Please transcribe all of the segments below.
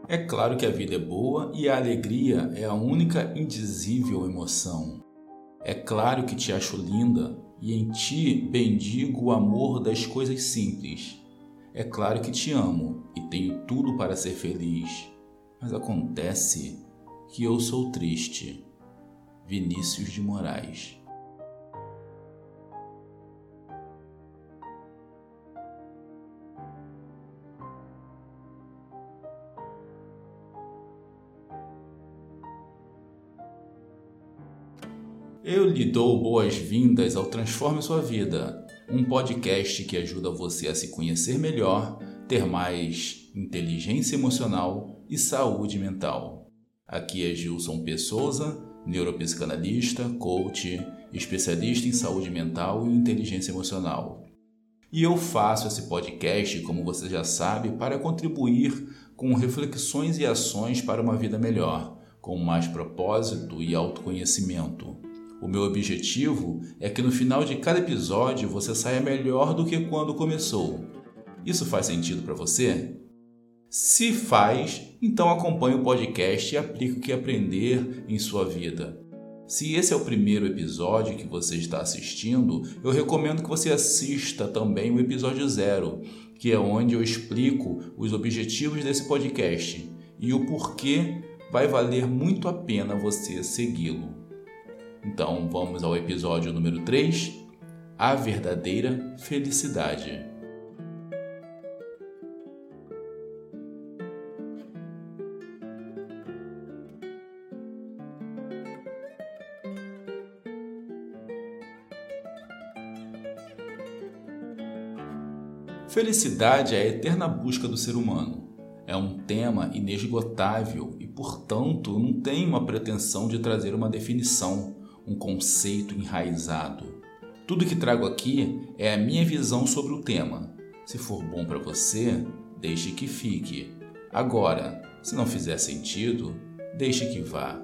É claro que a vida é boa e a alegria é a única indizível emoção. É claro que te acho linda e em ti bendigo o amor das coisas simples. É claro que te amo e tenho tudo para ser feliz. Mas acontece que eu sou triste. Vinícius de Moraes. Eu lhe dou boas-vindas ao Transforme Sua Vida, um podcast que ajuda você a se conhecer melhor, ter mais inteligência emocional e saúde mental. Aqui é Gilson P. Souza, neuropsicanalista, coach, especialista em saúde mental e inteligência emocional. E eu faço esse podcast, como você já sabe, para contribuir com reflexões e ações para uma vida melhor, com mais propósito e autoconhecimento. O meu objetivo é que no final de cada episódio você saia melhor do que quando começou. Isso faz sentido para você? Se faz, então acompanhe o podcast e aplique o que aprender em sua vida. Se esse é o primeiro episódio que você está assistindo, eu recomendo que você assista também o episódio 0, que é onde eu explico os objetivos desse podcast e o porquê vai valer muito a pena você segui-lo. Então vamos ao episódio número 3, A Verdadeira Felicidade. Felicidade é a eterna busca do ser humano. É um tema inesgotável e, portanto, não tem uma pretensão de trazer uma definição, um conceito enraizado. Tudo que trago aqui é a minha visão sobre o tema. Se for bom para você, deixe que fique. Agora, se não fizer sentido, deixe que vá.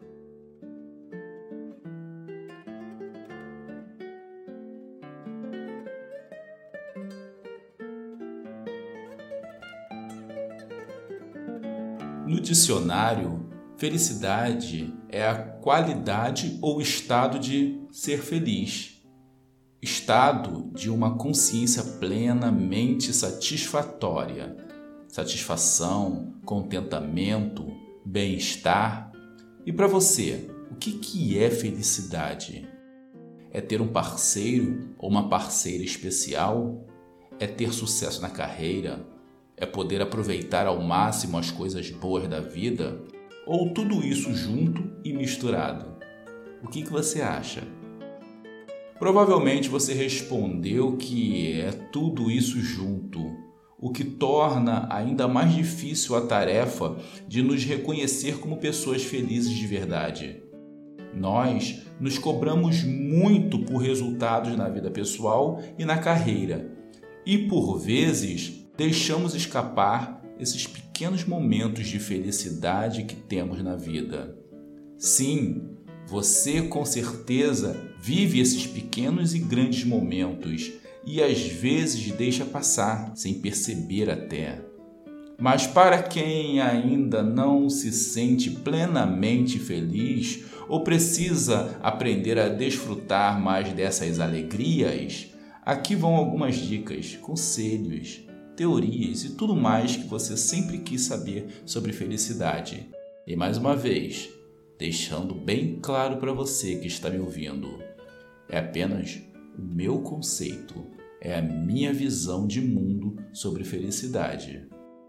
No dicionário, felicidade é a qualidade ou estado de ser feliz, estado de uma consciência plenamente satisfatória, satisfação, contentamento, bem-estar. E para você, o que é felicidade? É ter um parceiro ou uma parceira especial? É ter sucesso na carreira? É poder aproveitar ao máximo as coisas boas da vida? Ou tudo isso junto e misturado? O que você acha? Provavelmente você respondeu que é tudo isso junto, o que torna ainda mais difícil a tarefa de nos reconhecer como pessoas felizes de verdade. Nós nos cobramos muito por resultados na vida pessoal e na carreira, e por vezes deixamos escapar esses pequenos momentos de felicidade que temos na vida. Sim, você com certeza vive esses pequenos e grandes momentos e às vezes deixa passar, sem perceber até. Mas para quem ainda não se sente plenamente feliz ou precisa aprender a desfrutar mais dessas alegrias, aqui vão algumas dicas, conselhos, teorias e tudo mais que você sempre quis saber sobre felicidade. E mais uma vez, deixando bem claro para você que está me ouvindo, é apenas o meu conceito, é a minha visão de mundo sobre felicidade.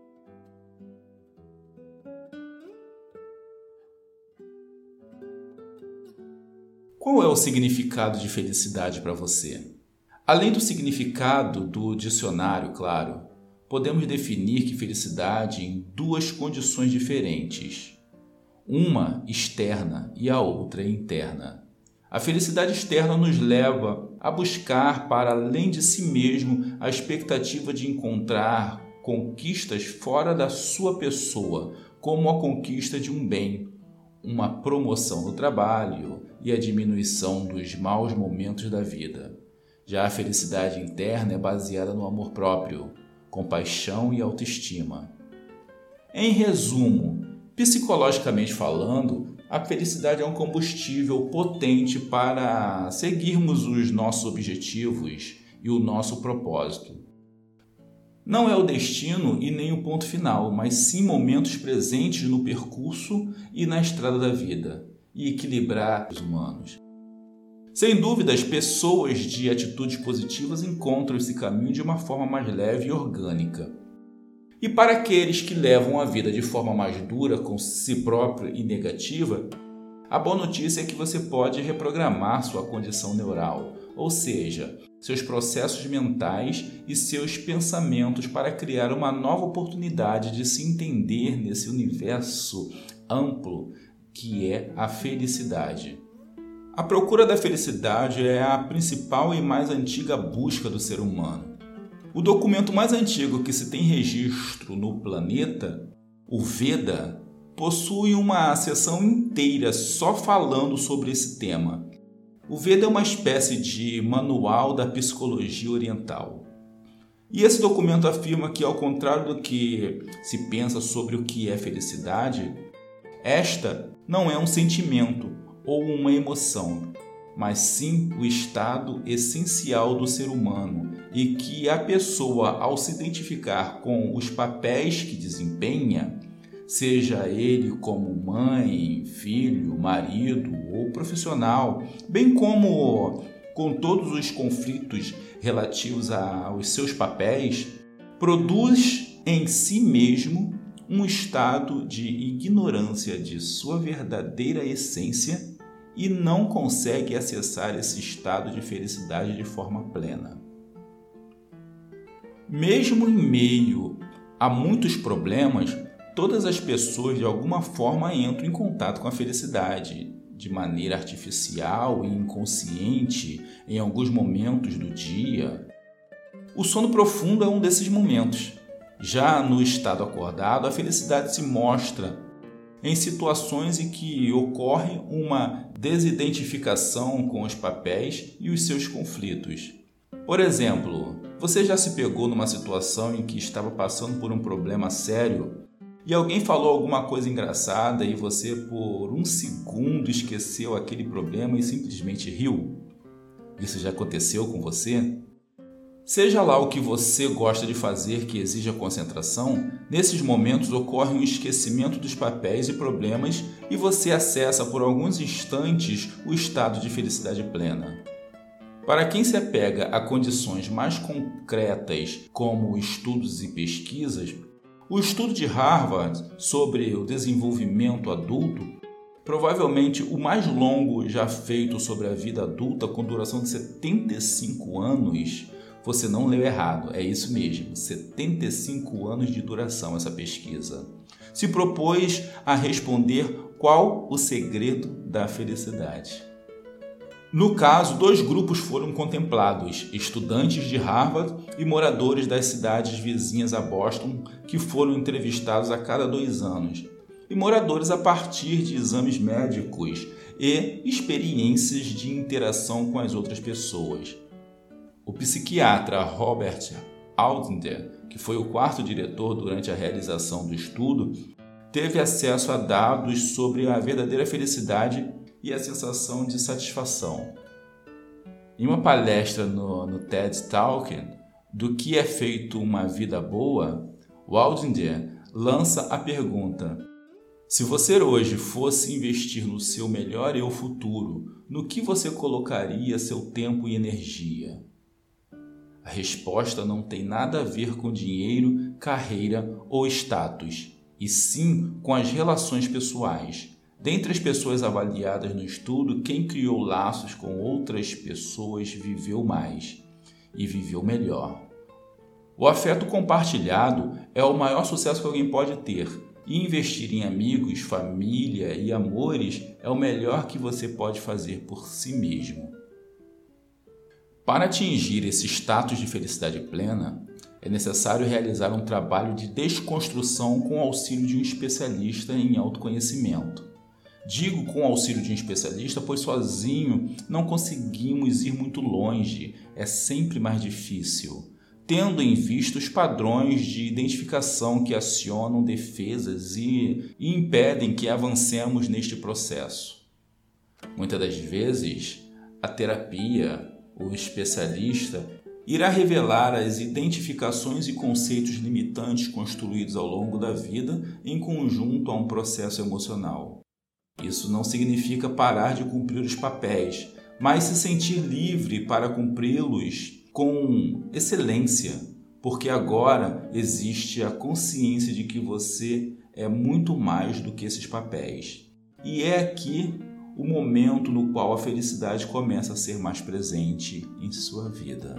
Qual é o significado de felicidade para você? Além do significado do dicionário, claro, podemos definir que felicidade em duas condições diferentes. Uma externa e a outra interna. A felicidade externa nos leva a buscar, para além de si mesmo, a expectativa de encontrar conquistas fora da sua pessoa, como a conquista de um bem, uma promoção no trabalho e a diminuição dos maus momentos da vida. Já a felicidade interna é baseada no amor próprio, compaixão e autoestima. Em resumo, psicologicamente falando, a felicidade é um combustível potente para seguirmos os nossos objetivos e o nosso propósito. Não é o destino e nem o ponto final, mas sim momentos presentes no percurso e na estrada da vida, e equilibrar os humanos. Sem dúvida, as pessoas de atitudes positivas encontram esse caminho de uma forma mais leve e orgânica. E para aqueles que levam a vida de forma mais dura com si próprio e negativa, a boa notícia é que você pode reprogramar sua condição neural, ou seja, seus processos mentais e seus pensamentos para criar uma nova oportunidade de se entender nesse universo amplo que é a felicidade. A procura da felicidade é a principal e mais antiga busca do ser humano. O documento mais antigo que se tem registro no planeta, o Veda, possui uma seção inteira só falando sobre esse tema. O Veda é uma espécie de manual da psicologia oriental. E esse documento afirma que, ao contrário do que se pensa sobre o que é felicidade, esta não é um sentimento ou uma emoção, mas sim o estado essencial do ser humano e que a pessoa, ao se identificar com os papéis que desempenha, seja ele como mãe, filho, marido ou profissional, bem como com todos os conflitos relativos aos seus papéis, produz em si mesmo um estado de ignorância de sua verdadeira essência e não consegue acessar esse estado de felicidade de forma plena. Mesmo em meio a muitos problemas, todas as pessoas de alguma forma entram em contato com a felicidade, de maneira artificial e inconsciente em alguns momentos do dia. O sono profundo é um desses momentos. Já no estado acordado, a felicidade se mostra em situações em que ocorre uma desidentificação com os papéis e os seus conflitos. Por exemplo, você já se pegou numa situação em que estava passando por um problema sério e alguém falou alguma coisa engraçada e você, por um segundo, esqueceu aquele problema e simplesmente riu? Isso já aconteceu com você? Seja lá o que você gosta de fazer que exija concentração, nesses momentos ocorre um esquecimento dos papéis e problemas e você acessa por alguns instantes o estado de felicidade plena. Para quem se apega a condições mais concretas, como estudos e pesquisas, o estudo de Harvard sobre o desenvolvimento adulto, provavelmente o mais longo já feito sobre a vida adulta, com duração de 75 anos, você não leu errado, é isso mesmo, 75 anos de duração essa pesquisa. Se propôs a responder qual o segredo da felicidade. No caso, 2 grupos foram contemplados, estudantes de Harvard e moradores das cidades vizinhas a Boston, que foram entrevistados a cada 2 anos, e moradores a partir de exames médicos e experiências de interação com as outras pessoas. O psiquiatra Robert Aldinger, que foi o 4º diretor durante a realização do estudo, teve acesso a dados sobre a verdadeira felicidade e a sensação de satisfação. Em uma palestra no TED Talk, do que é feito uma vida boa, o Aldinger lança a pergunta: se você hoje fosse investir no seu melhor eu futuro, no que você colocaria seu tempo e energia? A resposta não tem nada a ver com dinheiro, carreira ou status, e sim com as relações pessoais. Dentre as pessoas avaliadas no estudo, quem criou laços com outras pessoas viveu mais e viveu melhor. O afeto compartilhado é o maior sucesso que alguém pode ter, e investir em amigos, família e amores é o melhor que você pode fazer por si mesmo. Para atingir esse status de felicidade plena, é necessário realizar um trabalho de desconstrução com o auxílio de um especialista em autoconhecimento. Digo com o auxílio de um especialista, pois sozinho não conseguimos ir muito longe, é sempre mais difícil. tendo em vista os padrões de identificação que acionam defesas e impedem que avancemos neste processo. Muitas das vezes, a terapia, o especialista, irá revelar as identificações e conceitos limitantes construídos ao longo da vida em conjunto a um processo emocional. Isso não significa parar de cumprir os papéis, mas se sentir livre para cumpri-los com excelência, porque agora existe a consciência de que você é muito mais do que esses papéis. E é aqui o momento no qual a felicidade começa a ser mais presente em sua vida.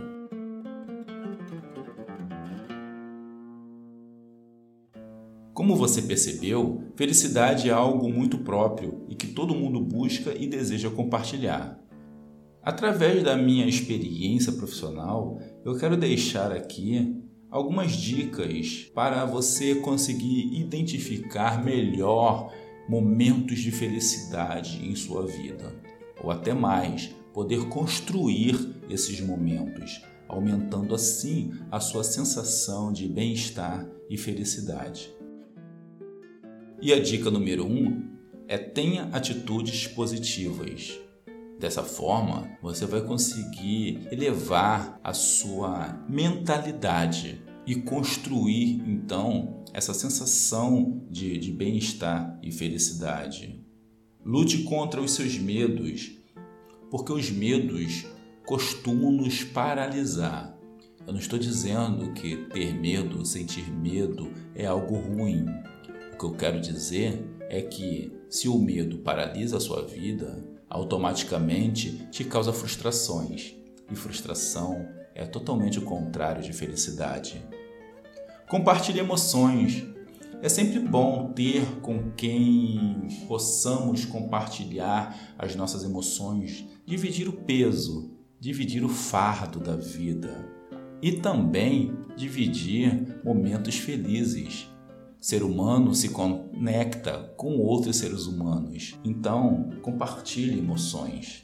Como você percebeu, felicidade é algo muito próprio e que todo mundo busca e deseja compartilhar. Através da minha experiência profissional, eu quero deixar aqui algumas dicas para você conseguir identificar melhor momentos de felicidade em sua vida, ou até mais, poder construir esses momentos, aumentando assim a sua sensação de bem-estar e felicidade. E a dica número 1 é: tenha atitudes positivas. Dessa forma, você vai conseguir elevar a sua mentalidade e construir, então, essa sensação de bem-estar e felicidade. Lute contra os seus medos, porque os medos costumam nos paralisar. Eu não estou dizendo que ter medo, sentir medo é algo ruim. O que eu quero dizer é que se o medo paralisa a sua vida, automaticamente te causa frustrações. E frustração é totalmente o contrário de felicidade. Compartilhe emoções. É sempre bom ter com quem possamos compartilhar as nossas emoções, dividir o peso, dividir o fardo da vida e também dividir momentos felizes. Ser humano se conecta com outros seres humanos, então compartilhe emoções.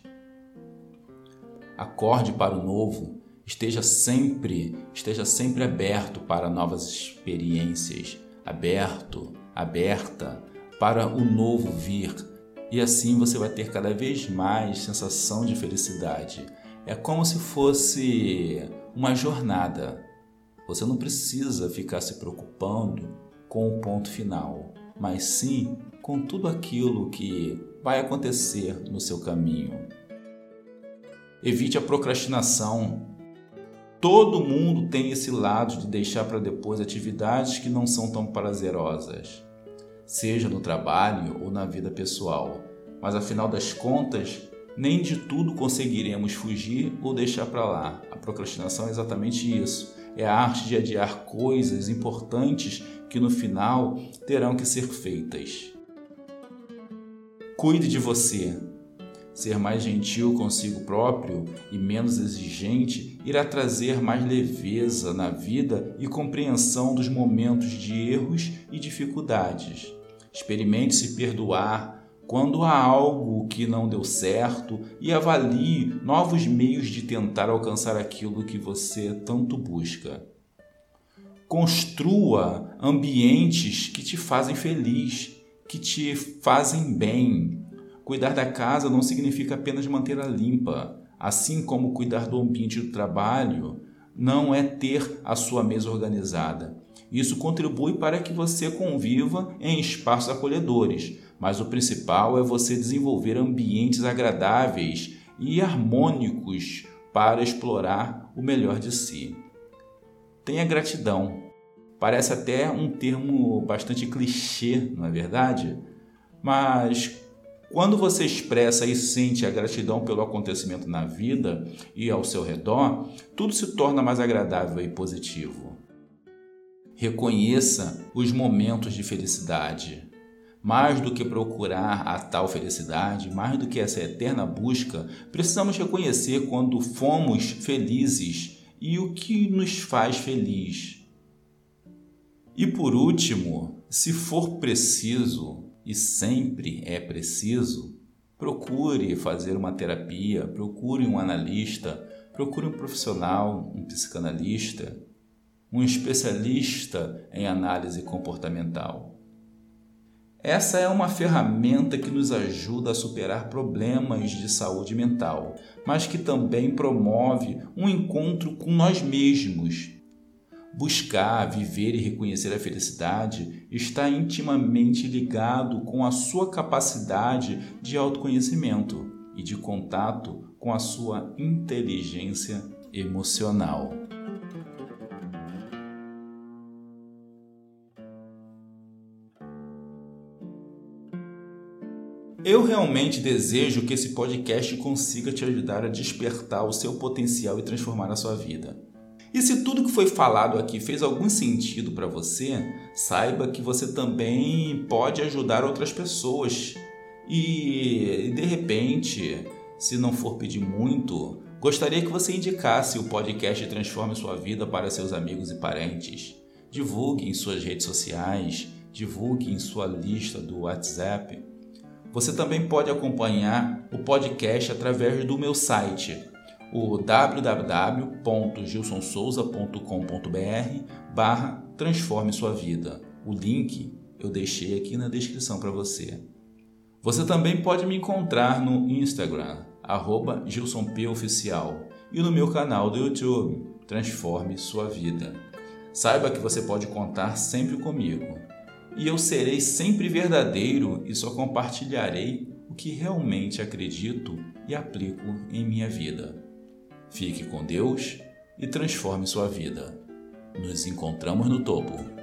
Acorde para o novo, esteja sempre aberto para novas experiências, aberta para o novo vir, e assim você vai ter cada vez mais sensação de felicidade. É como se fosse uma jornada. Você não precisa ficar se preocupando com o ponto final, mas sim com tudo aquilo que vai acontecer no seu caminho. Evite a procrastinação. Todo mundo tem esse lado de deixar para depois atividades que não são tão prazerosas, seja no trabalho ou na vida pessoal. Mas afinal das contas, nem de tudo conseguiremos fugir ou deixar para lá. A procrastinação é exatamente isso. É a arte de adiar coisas importantes que no final terão que ser feitas. Cuide de você. Ser mais gentil consigo próprio e menos exigente irá trazer mais leveza na vida e compreensão dos momentos de erros e dificuldades. Experimente se perdoar quando há algo que não deu certo e avalie novos meios de tentar alcançar aquilo que você tanto busca. Construa ambientes que te fazem feliz, que te fazem bem. Cuidar da casa não significa apenas mantê-la limpa, assim como cuidar do ambiente do trabalho não é ter a sua mesa organizada. Isso contribui para que você conviva em espaços acolhedores, mas o principal é você desenvolver ambientes agradáveis e harmônicos para explorar o melhor de si. Tenha gratidão. Parece até um termo bastante clichê, não é verdade? Mas quando você expressa e sente a gratidão pelo acontecimento na vida e ao seu redor, tudo se torna mais agradável e positivo. Reconheça os momentos de felicidade. Mais do que procurar a tal felicidade, mais do que essa eterna busca, precisamos reconhecer quando fomos felizes e o que nos faz feliz. E por último, se for preciso, e sempre é preciso, procure fazer uma terapia, procure um analista, procure um profissional, um psicanalista, um especialista em análise comportamental. Essa é uma ferramenta que nos ajuda a superar problemas de saúde mental, mas que também promove um encontro com nós mesmos. Buscar, viver e reconhecer a felicidade está intimamente ligado com a sua capacidade de autoconhecimento e de contato com a sua inteligência emocional. Eu realmente desejo que esse podcast consiga te ajudar a despertar o seu potencial e transformar a sua vida. E se tudo que foi falado aqui fez algum sentido para você, saiba que você também pode ajudar outras pessoas. E de repente, se não for pedir muito, gostaria que você indicasse o podcast Transforme Sua Vida para seus amigos e parentes. Divulgue em suas redes sociais, divulgue em sua lista do WhatsApp. Você também pode acompanhar o podcast através do meu site, o www.gilsonsouza.com.br/Transforme Sua Vida. O link eu deixei aqui na descrição para você. Você também pode me encontrar no Instagram, @GilsonPOficial, e no meu canal do YouTube, Transforme Sua Vida. Saiba que você pode contar sempre comigo. E eu serei sempre verdadeiro e só compartilharei o que realmente acredito e aplico em minha vida. Fique com Deus e transforme sua vida. Nos encontramos no topo.